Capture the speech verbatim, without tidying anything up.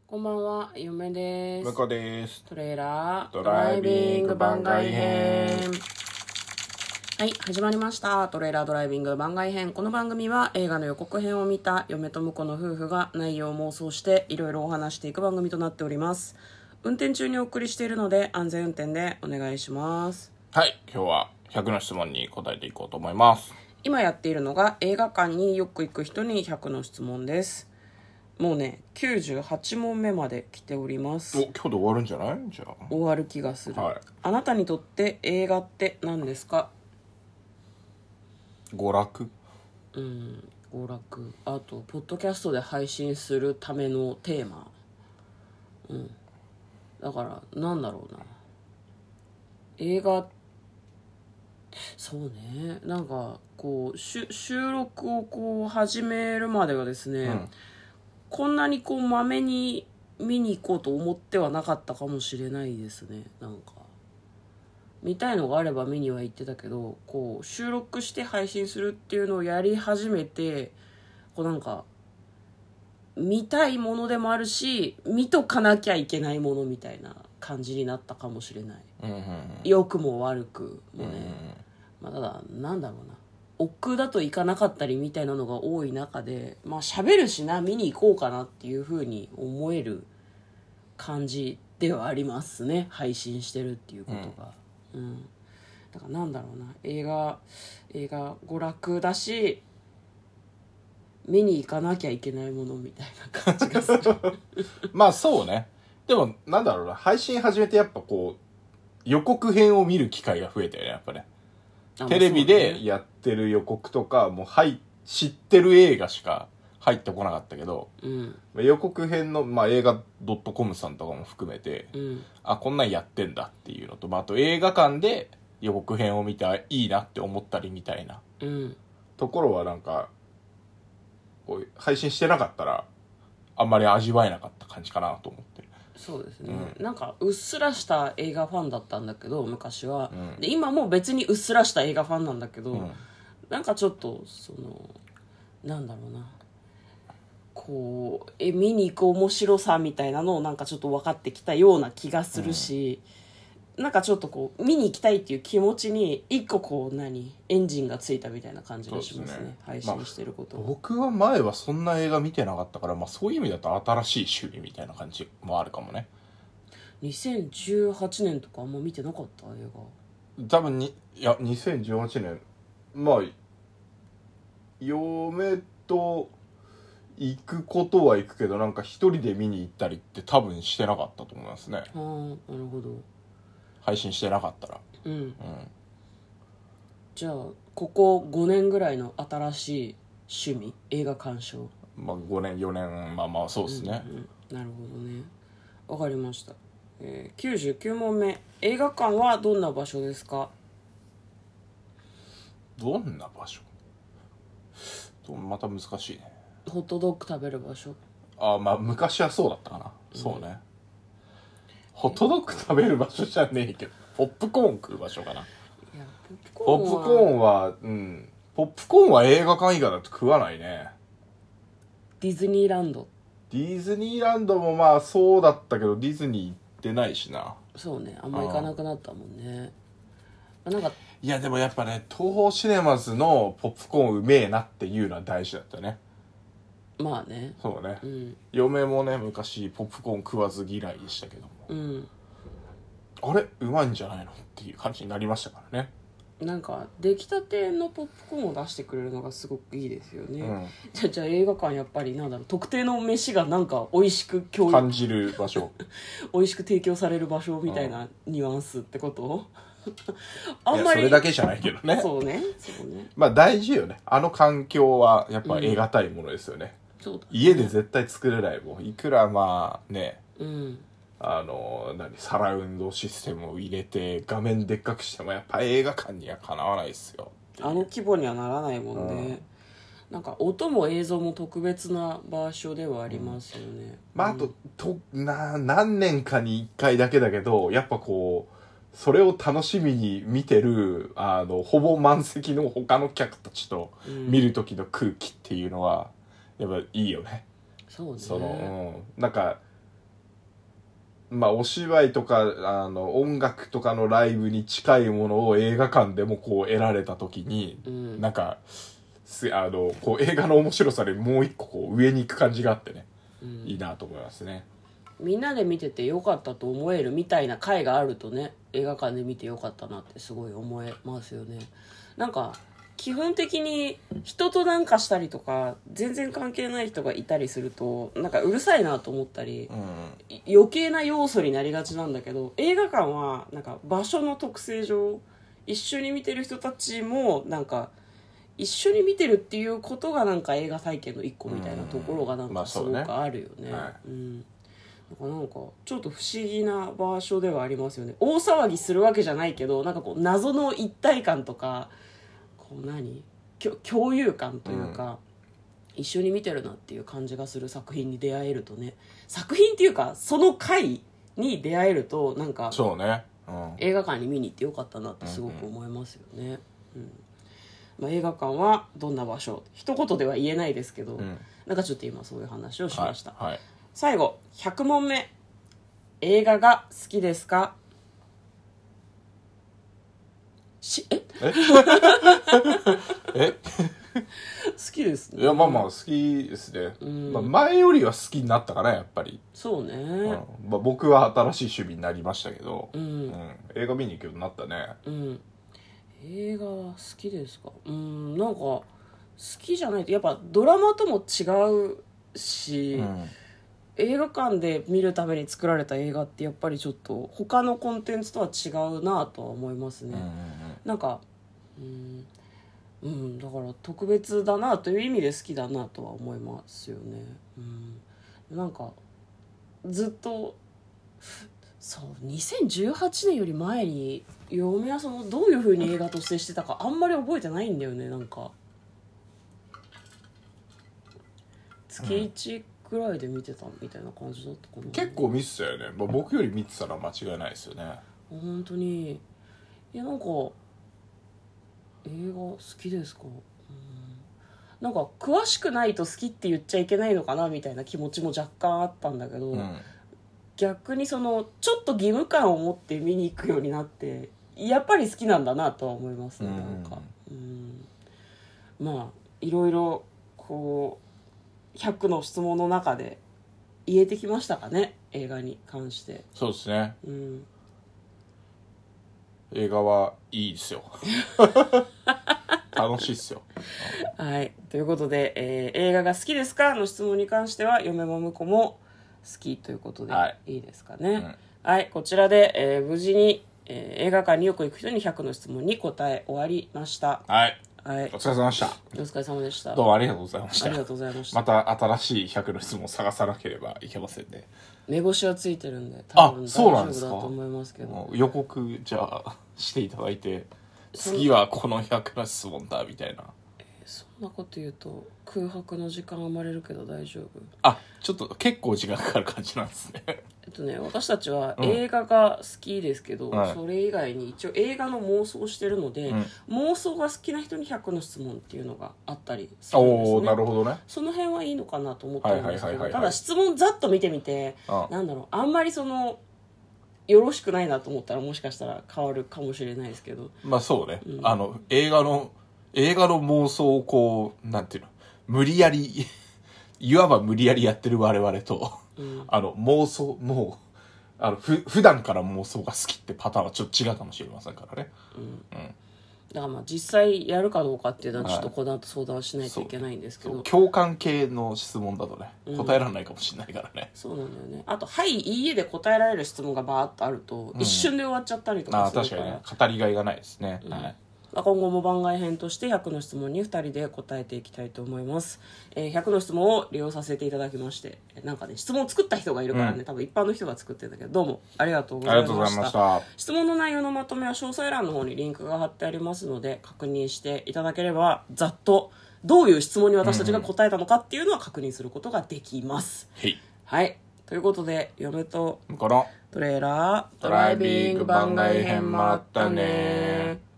こんばんは、嫁です。 向こうです。 トレーラードライビング番外編。 はい、始まりました。トレーラードライビング番外編。この番組は映画の予告編を見た嫁と婿の夫婦が内容を妄想していろいろお話していく番組となっております。運転中にお送りしているので安全運転でお願いします。 はい、今日はひゃくの質問に答えていこうと思います。 今やっているのが映画館によく行く人にひゃくの質問です。もうねきゅうじゅうはち問目まで来ております。 お、今日で終わるんじゃない？じゃあ終わる気がする、 はい、 あなたにとって映画って何ですか？ 娯楽。 うん娯楽、あとポッドキャストで配信するためのテーマ、うんだからなんだろうな、映画、そうね、なんかこう収録をこう始めるまではですね、 うんこんなにこうまめに見に行こうと思ってはなかったかもしれないですね。なんか見たいのがあれば見には行ってたけど、こう収録して配信するっていうのをやり始めて、こうなんか見たいものでもあるし見とかなきゃいけないものみたいな感じになったかもしれない。 うんうんうん、 良くも悪くもね、 うんうんまあ、ただなんだろうな、億劫だと行かなかったりみたいなのが多い中で、まあ喋るしな、見に行こうかなっていう風に思える感じではありますね、配信してるっていうことが、うん、うん、だからなんだろうな、映画映画娯楽だし見に行かなきゃいけないものみたいな感じがするまあそうね。でもなんだろうな、配信始めてやっぱこう予告編を見る機会が増えたよね、やっぱね。テレビでやってる予告とかもう、はい、知ってる映画しか入ってこなかったけど、 うん、 予告編の、まあ、映画 .com さんとかも含めて、 うん、 あ、こんなんやってんだっていうのと、まあ、あと映画館で予告編を見ていいなって思ったりみたいな、 うん、 ところはなんかこう配信してなかったらあんまり味わえなかった感じかなと思ってる。 そうですね、 うん、 なんかうっすらした映画ファンだったんだけど昔は、 うん、 で今も別にうっすらした映画ファンなんだけど、 うん、 なんかちょっとそのなんだろうな、こうえ見に行く面白さみたいなのをなんかちょっと分かってきたような気がするし、うん、なんかちょっとこう見に行きたいっていう気持ちに一個こう何エンジンがついたみたいな感じがしますね、配信してること、 まあ、僕は前はそんな映画見てなかったから、まあ、そういう意味だと新しい趣味みたいな感じもあるかもね。 にせんじゅうはちねんとかあんま見てなかった映画？ 多分にいやにせんじゅうはちねん、まあ嫁と行くことは行くけど、なんか一人で見に行ったりって多分してなかったと思いますね。 ああ、なるほど。 配信してなかったら。 うん、うん、 うん、 じゃあここごねんぐらいの新しい趣味、映画鑑賞。 まあごねんよねん、まあまあそうですね、 うんうん、なるほどね、わかりました。えー、きゅうじゅうきゅう問目、映画館はどんな場所ですか？ どんな場所、また難しいね。 ホットドッグ食べる場所。 あ、まあ昔はそうだったかな、うん、そうね。ホットドッグ食べる場所じゃねえけど、ポップコーン食う場所かな。いやポップコーンは、うん、ポップコーンは映画館以外だと食わないね。 ディズニーランド。 ディズニーランドもまあそうだったけど、ディズニー行ってないしな。 そうね、あんま行かなくなったもんね。なんかいやでもやっぱね、東宝シネマズのポップコーンうめえなっていうのは大事だったね。 まあね、 そうね、 うん、 嫁もね昔ポップコーン食わず嫌いでしたけども、 うん、 あれうまいんじゃないのっていう感じになりましたからね。 なんか出来たてのポップコーンを出してくれるのがすごくいいですよね、 うん、 じゃあじゃあ映画館やっぱりなんだろう、特定の飯がなんか美味しく共有感じる場所美味しく提供される場所みたいなニュアンスってこと、あんまりいやそれだけじゃないけどね。 そうね、そうね、 まあ大事よね、あの環境はやっぱ得難いものですよね、 うん、そうだね、 家で絶対作れないもん。いくらまあね、 うん、 あの何サラウンドシステムを入れて画面でっかくしてもやっぱ映画館にはかなわないっすよ。 あの規模にはならないもんね、うん、なんか音も映像も特別な場所ではありますよね、 うん、まああと、とな何年かにいっかいだけだけど、やっぱこうそれを楽しみに見てるあのほぼ満席の他の客たちと見る時の空気っていうのはやっぱいいよね、 そうね、 その、うん、なんかまあお芝居とかあの音楽とかのライブに近いものを映画館でもこう得られた時に、うん、なんかすあのこう映画の面白さでもう一個こう上に行く感じがあってね、うん、いいなと思いますね。 みんなで見ててよかったと思えるみたいな回があるとね、映画館で見てよかったなってすごい思えますよね。なんか基本的に人となんかしたりとか全然関係ない人がいたりするとなんかうるさいなと思ったり、うん、余計な要素になりがちなんだけど、映画館はなんか場所の特性上一緒に見てる人たちもなんか一緒に見てるっていうことがなんか映画体験の一個みたいなところがなんかすごくあるよね。うん、なんかちょっと不思議な場所ではありますよね。大騒ぎするわけじゃないけど、なんかこう謎の一体感とかこう何共有感というか、うん、一緒に見てるなっていう感じがする作品に出会えるとね、作品っていうかその回に出会えるとなんかそうね、うん、 映画館に見に行ってよかったなってすごく思いますよね。うんうんまあ、映画館はどんな場所一言では言えないですけど、うん、なんかちょっと今そういう話をしました、 はいはい、 最後ひゃく問目、映画が好きですか？しえええ好きですね。 いやまあまあ好きですね、うんまあ、前よりは好きになったかなやっぱり。 そうね、 うんまあ、僕は新しい趣味になりましたけど、 うんうん、 映画見に行くようになったね、 うん、映画は好きですか？うんなんか好きじゃないとやっぱドラマとも違うし、うん、映画館で見るために作られた映画ってやっぱりちょっと他のコンテンツとは違うなとは思いますね、うんうんうん、なんかうんうん、だから特別だなという意味で好きだなとは思いますよね、うん、なんかずっとそうにせんじゅうはちねんより前に嫁はそのどういう風に映画としてしてたかあんまり覚えてないんだよね。なんか月いちぐらいで見てたみたいな感じだったかな。 結構見てたよね、まあ、僕より見てたら間違いないですよね。 本当にいやなんか映画好きですか？うんなんか詳しくないと好きって言っちゃいけないのかなみたいな気持ちも若干あったんだけど、うん、逆にそのちょっと義務感を持って見に行くようになってやっぱり好きなんだなとは思いますね、うん、なんかうんまあいろいろこうひゃくの質問の中で言えてきましたかね、映画に関して。 そうですね、 うん、 映画はいいですよ楽しいっすよはいということで、えー、映画が好きですかの質問に関しては嫁も婿も好きということでいいですかね。はい、うんはい、こちらで、えー、無事に、えー、映画館によく行く人にひゃくの質問に答え終わりました。 はい、 はい、 お疲れ様でした。お疲れ様でした。 どうもありがとうございました。 ありがとうございました。 また新しいひゃくの質問を探さなければいけませんね。 目星はついてるんで多分大丈夫だと思いますけど、 予告じゃあしていただいて次はこのひゃくの質問だみたいな。 そんなこと言うと空白の時間生まれるけど大丈夫？ あ、ちょっと結構時間かかる感じなんですね。えっとね私たちは映画が好きですけど、うん、それ以外に一応映画の妄想をしてるので、うん、妄想が好きな人にひゃくの質問っていうのがあったりするんですね。 おー、なるほどね。 その辺はいいのかなと思ったんですけど、ただ質問ざっと見てみて、うん、なんだろうあんまりそのよろしくないなと思ったらもしかしたら変わるかもしれないですけど、 まあそうね、うん、あの映画の映画の妄想をこうなんていうの無理やりいわば無理やりやってる我々と、うん、あの妄想もうあのふ普段から妄想が好きってパターンはちょっと違うかもしれませんからね、うんうん、 だからまあ実際やるかどうかっていうのはちょっとこの後相談しないといけないんですけど、 共感系の質問だとね答えられないかもしれないからね、 うん、そうなんだよね。あとはいいいえで答えられる質問がバーッとあると、うん、一瞬で終わっちゃったりとかするから、 あ確かに、ね、語りがいがないですね、 うんはい。 今後も番外編としてひゃくの質問にふたりで答えていきたいと思います、えー、ひゃくの質問を利用させていただきまして、なんかね質問を作った人がいるからね、うん、多分一般の人が作ってるんだけど、どうもありがとうございました。ありがとうございました。質問の内容のまとめは詳細欄の方にリンクが貼ってありますので確認していただければざっとどういう質問に私たちが答えたのかっていうのは確認することができます、 うんうん、 はいということで嫁とこのトレーラードライビング番外編もあったね。